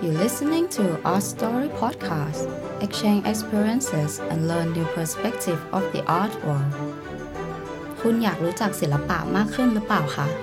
You're listening to Art Story Podcast. Exchange experiences and learn new perspective of the art world. คุณอยากรู้จักศิลปะมากขึ้นหรือเปล่าคะ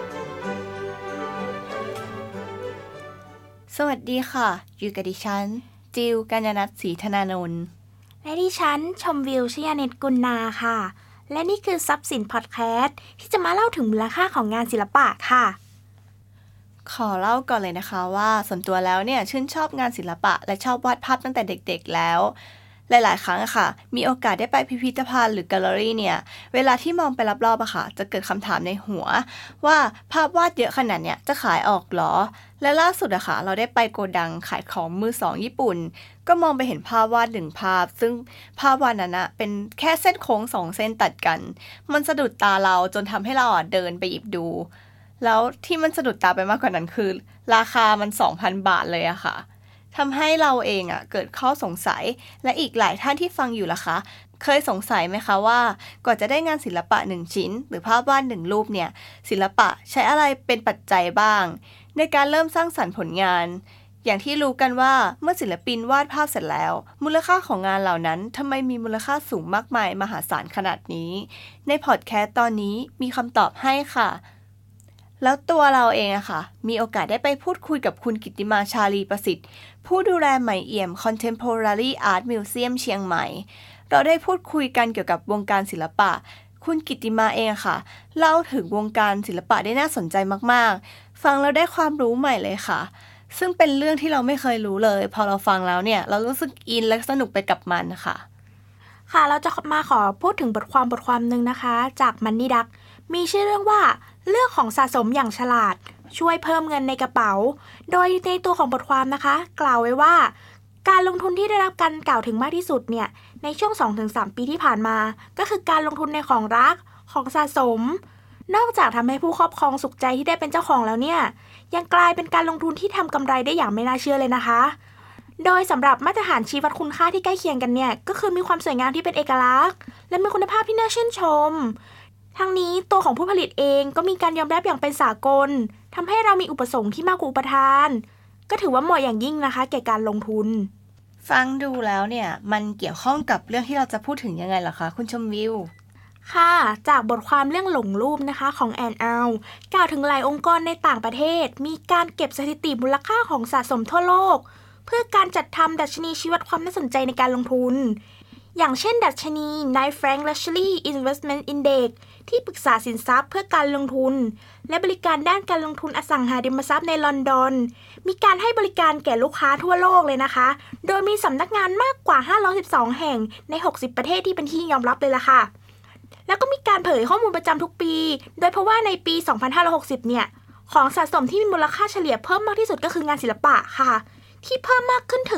สวัสดีค่ะอยู่กับดิฉันจิวกัญญนัทศรีธนานนท์และดิฉันชมวิวชยาเนตกุลนาค่ะและนี่คือทรัพย์สินพอดแคสต์ที่จะมาเล่าถึงมูลค่าของงานศิลปะค่ะขอเล่าก่อนเลยนะคะว่าส่วนตัวแล้วเนี่ยชื่นชอบงานศิลปะและชอบวาดภาพตั้งแต่เด็กๆแล้วหลายๆครั้งอะค่ะมีโอกาสได้ไปพิพิธภัณฑ์หรือแกลเลอรี่เนี่ยเวลาที่มองไปรอบๆอะค่ะจะเกิดคำถามในหัวว่าภาพวาดเยอะขนาดเนี้ยจะขายออกหรอและล่าสุดอะค่ะเราได้ไปโกดังขายของมือสองญี่ปุ่นก็มองไปเห็นภาพวาดหนึ่งภาพซึ่งภาพวาดนั้นอะเป็นแค่เส้นโค้งสองเส้นตัดกันมันสะดุดตาเราจนทำให้เราเดินไปหยิบดูแล้วที่มันสะดุดตาไปมากกว่านั้นคือราคามัน 2,000 บาทเลยอะค่ะทำให้เราเองเกิดข้อสงสัยและอีกหลายท่านที่ฟังอยู่ล่ะคะเคยสงสัยไหมคะว่ากว่าจะได้งานศิลปะ1ชิ้นหรือภาพวาด1รูปเนี่ยศิลปะใช้อะไรเป็นปัจจัยบ้างในการเริ่มสร้างสรรค์ผลงานอย่างที่รู้กันว่าเมื่อศิลปินวาดภาพเสร็จแล้วมูลค่าของงานเหล่านั้นทำไมมีมูลค่าสูงมากมายมหาศาลขนาดนี้ในพอดแคสต์ตอนนี้มีคำตอบให้ค่ะแล้วตัวเราเองค่ะมีโอกาสได้ไปพูดคุยกับคุณกิตติมาชาลีประสิทธิ์ผู้ดูแลไหมเอี่ยม Contemporary Art Museum เชียงใหม่เราได้พูดคุยกันเกี่ยวกับวงการศิลปะคุณกิตติมาเองค่ะเล่าถึงวงการศิลปะได้น่าสนใจมากๆฟังแล้วได้ความรู้ใหม่เลยค่ะซึ่งเป็นเรื่องที่เราไม่เคยรู้เลยพอเราฟังแล้วเนี่ยเรารู้สึกอินและสนุกไปกับมันค่ะเราจะมาขอพูดถึงบทความนึงนะคะจากมันนี่ดักมีชื่อเรื่องว่าเลือกของสะสมอย่างฉลาดช่วยเพิ่มเงินในกระเป๋าโดยในตัวของบทความนะคะกล่าวไว้ว่าการลงทุนที่ได้รับการกล่าวถึงมากที่สุดเนี่ยในช่วง 2-3 ปีที่ผ่านมาก็คือการลงทุนในของรักของสะสมนอกจากทำให้ผู้ครอบครองสุขใจที่ได้เป็นเจ้าของแล้วเนี่ยยังกลายเป็นการลงทุนที่ทำกำไรได้อย่างไม่น่าเชื่อเลยนะคะโดยสำหรับมาตรฐานชี้วัดคุณค่าที่ใกล้เคียงกันเนี่ยก็คือมีความสวยงามที่เป็นเอกลักษณ์และมีคุณภาพที่น่าชื่นชมทั้งนี้ตัวของผู้ผลิตเองก็มีการยอมรับอย่างเป็นสากลทำให้เรามีอุปสงค์ที่มากกว่าอุปทานก็ถือว่าเหมาะอย่างยิ่งนะคะแก่การลงทุนฟังดูแล้วเนี่ยมันเกี่ยวข้องกับเรื่องที่เราจะพูดถึงยังไงเหรอคะคุณชมวิวค่ะจากบทความเรื่องหลงรูปนะคะของแอนอัลกล่าวถึงหลายองค์กรในต่างประเทศมีการเก็บสถิติมูลค่าของสะสมทั่วโลกเพื่อการจัดทำดัชนีชี้วัดความน่าสนใจในการลงทุนอย่างเช่นดัชนี Knight Frank Luxury Investment Index ที่ปรึกษาสินทรัพย์เพื่อการลงทุนและบริการด้านการลงทุนอสังหาริมทรัพย์ในลอนดอนมีการให้บริการแก่ลูกค้าทั่วโลกเลยนะคะโดยมีสำนักงานมากกว่า512แห่งใน60ประเทศที่เป็นที่ยอมรับเลยล่ะค่ะแล้วก็มีการเผยข้อมูลประจำทุกปีโดยเพราะว่าในปี2560เนี่ยของสะสมที่มีมูลค่าเฉลี่ยเพิ่มมากที่สุดก็คืองานศิลปะค่ะที่เพิ่มมากขึ้นถึง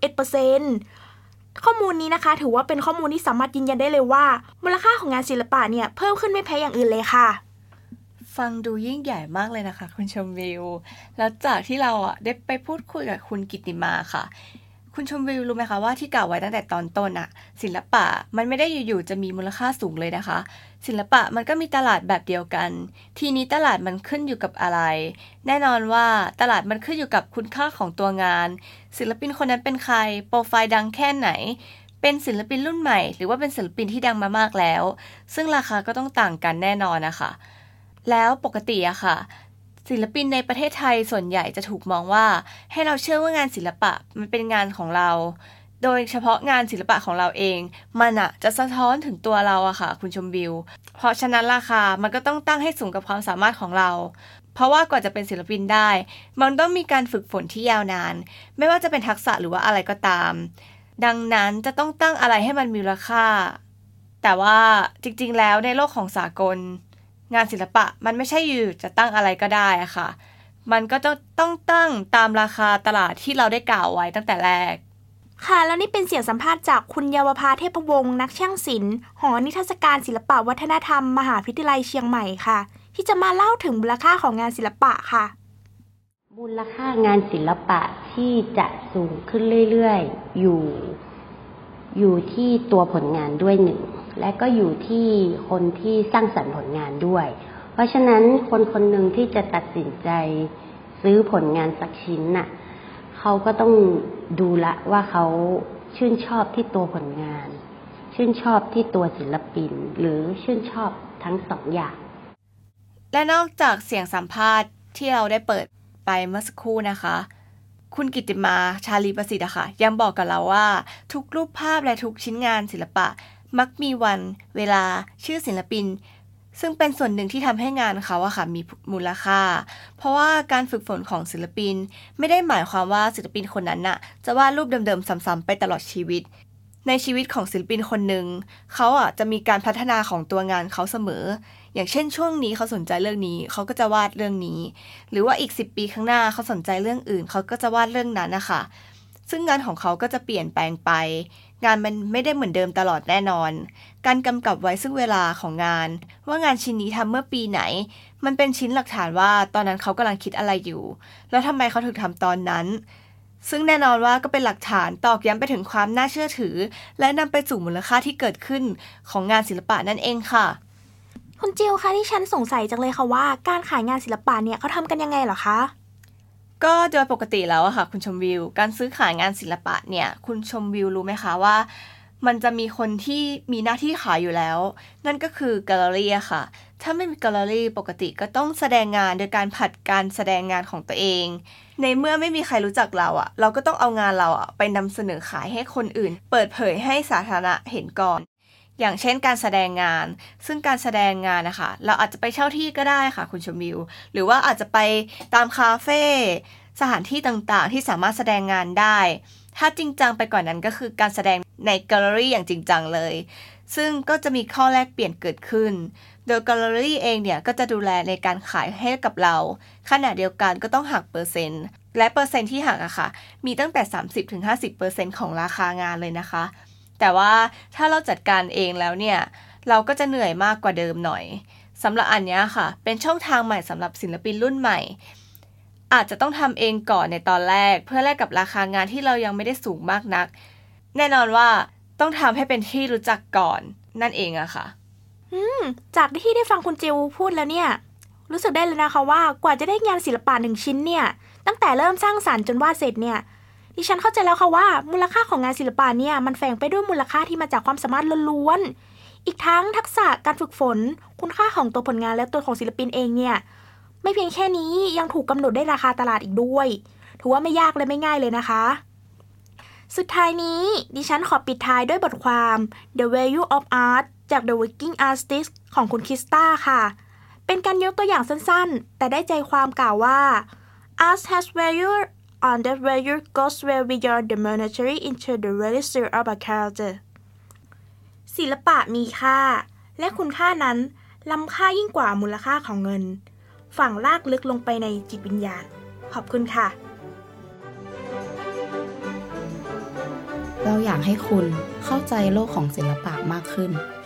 21%ข้อมูลนี้นะคะถือว่าเป็นข้อมูลที่สามารถยืนยันได้เลยว่ามูลค่าของงานศิลปะเนี่ยเพิ่มขึ้นไม่แพ้อย่างอื่นเลยค่ะฟังดูยิ่งใหญ่มากเลยนะคะคุณชมวิวแล้วจากที่เราได้ไปพูดคุยกับคุณกิตติมาค่ะคุณชมวิวรู้ไหมคะว่าที่กล่าวไว้ตั้งแต่ตอนต้นศิลปะมันไม่ได้อยู่ๆจะมีมูลค่าสูงเลยนะคะศิลปะมันก็มีตลาดแบบเดียวกันทีนี้ตลาดมันขึ้นอยู่กับอะไรแน่นอนว่าตลาดมันขึ้นอยู่กับคุณค่าของตัวงานศิลปินคนนั้นเป็นใครโปรไฟล์ดังแค่ไหนเป็นศิลปินรุ่นใหม่หรือว่าเป็นศิลปินที่ดังมามากแล้วซึ่งราคาก็ต้องต่างกันแน่นอนนะคะแล้วปกติค่ะศิลปินในประเทศไทยส่วนใหญ่จะถูกมองว่าให้เราเชื่อว่างานศิลปะมันเป็นงานของเราโดยเฉพาะงานศิลปะของเราเองมันจะสะท้อนถึงตัวเราค่ะคุณชมวิวเพราะฉะนั้นราคามันก็ต้องตั้งให้สูงกับความสามารถของเราเพราะว่ากว่าจะเป็นศิลปินได้มันต้องมีการฝึกฝนที่ยาวนานไม่ว่าจะเป็นทักษะหรือว่าอะไรก็ตามดังนั้นจะต้องตั้งอะไรให้มันมีมูลค่าแต่ว่าจริงๆแล้วในโลกของสากลงานศิลปะมันไม่ใช่อยู่จะตั้งอะไรก็ได้ค่ะมันก็ต้องตั้งตามราคาตลาดที่เราได้กล่าวไว้ตั้งแต่แรกค่ะแล้วนี่เป็นเสียงสัมภาษณ์จากคุณเยาวภาเทพวงศ์นักช่างศิลป์หอนิทรรศการศิลปวัฒนธรรมมหาวิทยาลัยเชียงใหม่ค่ะที่จะมาเล่าถึงมูลค่าของงานศิลปะค่ะมูลค่างานศิลปะที่จะสูงขึ้นเรื่อยๆอยู่ที่ตัวผลงานด้วยหนึ่งและก็อยู่ที่คนที่สร้างสรรค์ผลงานด้วยเพราะฉะนั้นคนหนึ่งที่จะตัดสินใจซื้อผลงานสักชิ้นเขาก็ต้องดูละว่าเขาชื่นชอบที่ตัวผลงานชื่นชอบที่ตัวศิลปินหรือชื่นชอบทั้งสองอย่างและนอกจากเสียงสัมภาษณ์ที่เราได้เปิดไปเมื่อสักครู่นะคะคุณกิตติมาชาลีประสิทธิ์ค่ะยังบอกกับเราว่าทุกรูปภาพและทุกชิ้นงานศิลปะมักมีวันเวลาชื่อศิลปินซึ่งเป็นส่วนหนึ่งที่ทำให้งานเขาค่ะมีมูลค่าเพราะว่าการฝึกฝนของศิลปินไม่ได้หมายความว่าศิลปินคนนั้นจะวาดรูปเดิมๆซ้ำๆไปตลอดชีวิตในชีวิตของศิลปินคนหนึ่งเขาจะมีการพัฒนาของตัวงานเขาเสมออย่างเช่นช่วงนี้เขาสนใจเรื่องนี้เขาก็จะวาดเรื่องนี้หรือว่าอีก10 ปีข้างหน้าเขาสนใจเรื่องอื่นเขาก็จะวาดเรื่องนั้นนะคะซึ่งงานของเขาก็จะเปลี่ยนแปลงไปงานมันไม่ได้เหมือนเดิมตลอดแน่นอนการกำกับไว้ซึ่งเวลาของงานว่างานชิ้นนี้ทำเมื่อปีไหนมันเป็นชิ้นหลักฐานว่าตอนนั้นเขากำลังคิดอะไรอยู่แล้วทำไมเขาถึงทำตอนนั้นซึ่งแน่นอนว่าก็เป็นหลักฐานตอกย้ำไปถึงความน่าเชื่อถือและนำไปสู่มูลค่าที่เกิดขึ้นของงานศิลปะนั่นเองค่ะคุณจิวคะที่ฉันสงสัยจังเลยค่ะว่าการขายงานศิลปะเนี่ยเขาทำกันยังไงเหรอคะก็โดยปกติแล้วค่ะคุณชมวิวการซื้อขายงานศิลปะเนี่ยคุณชมวิวรู้ไหมคะว่ามันจะมีคนที่มีหน้าที่ขายอยู่แล้วนั่นก็คือแกลเลอรี่ค่ะถ้าไม่มีแกลเลอรี่ปกติก็ต้องแสดงงานโดยการผัดการแสดงงานของตัวเองในเมื่อไม่มีใครรู้จักเราเราก็ต้องเอางานเราไปนำเสนอขายให้คนอื่นเปิดเผยให้สาธารณะเห็นก่อนอย่างเช่นการแสดงงานซึ่งการแสดงงานนะคะเราอาจจะไปเช่าที่ก็ได้ค่ะคุณชมวิวหรือว่าอาจจะไปตามคาเฟ่สถานที่ต่างๆที่สามารถแสดงงานได้ถ้าจริงจังไปกว่านั้นก็คือการแสดงในแกลเลอรี่อย่างจริงจังเลยซึ่งก็จะมีข้อแลกเปลี่ยนเกิดขึ้นโดยแกลเลอรี่เองเนี่ยก็จะดูแลในการขายให้กับเราขณะเดียวกันก็ต้องหักเปอร์เซ็นต์และเปอร์เซ็นต์ที่หักค่ะมีตั้งแต่ 30-50% ของราคางานเลยนะคะแต่ว่าถ้าเราจัดการเองแล้วเนี่ยเราก็จะเหนื่อยมากกว่าเดิมหน่อยสำหรับอันนี้ค่ะเป็นช่องทางใหม่สำหรับศิลปินรุ่นใหม่อาจจะต้องทำเองก่อนในตอนแรกเพื่อแลกกับราคางานที่เรายังไม่ได้สูงมากนักแน่นอนว่าต้องทำให้เป็นที่รู้จักก่อนนั่นเองอะค่ะจากที่ได้ฟังคุณจิวพูดแล้วเนี่ยรู้สึกได้เลยนะคะว่ากว่าจะได้งานศิลปะ1ชิ้นเนี่ยตั้งแต่เริ่มสร้างสรรค์จนวาดเสร็จเนี่ยดิฉันเข้าใจแล้วค่ะว่ามูลค่าของงานศิลปะเนี่ยมันแฝงไปด้วยมูลค่าที่มาจากความสามารถล้วนๆอีกทั้งทักษะการฝึกฝนคุณค่าของตัวผลงานและตัวของศิลปินเองเนี่ยไม่เพียงแค่นี้ยังถูกกำหนดได้ราคาตลาดอีกด้วยถือว่าไม่ยากและไม่ง่ายเลยนะคะสุดท้ายนี้ดิฉันขอปิดท้ายด้วยบทความ The Value of Art จาก The Working Artist ของคุณคริสตาค่ะเป็นการยกตัวอย่างสั้นๆแต่ได้ใจความกล่าวว่า Art has value on that value goes well beyond the monetary into the realism of a character ศิลปะมีค่าและคุณค่านั้นล้ำค่ายิ่งกว่ามูลค่าของเงินฝังลากลึกลงไปในจิตวิญญาณขอบคุณค่ะเราอยากให้คุณเข้าใจโลกของศิลปะมากขึ้น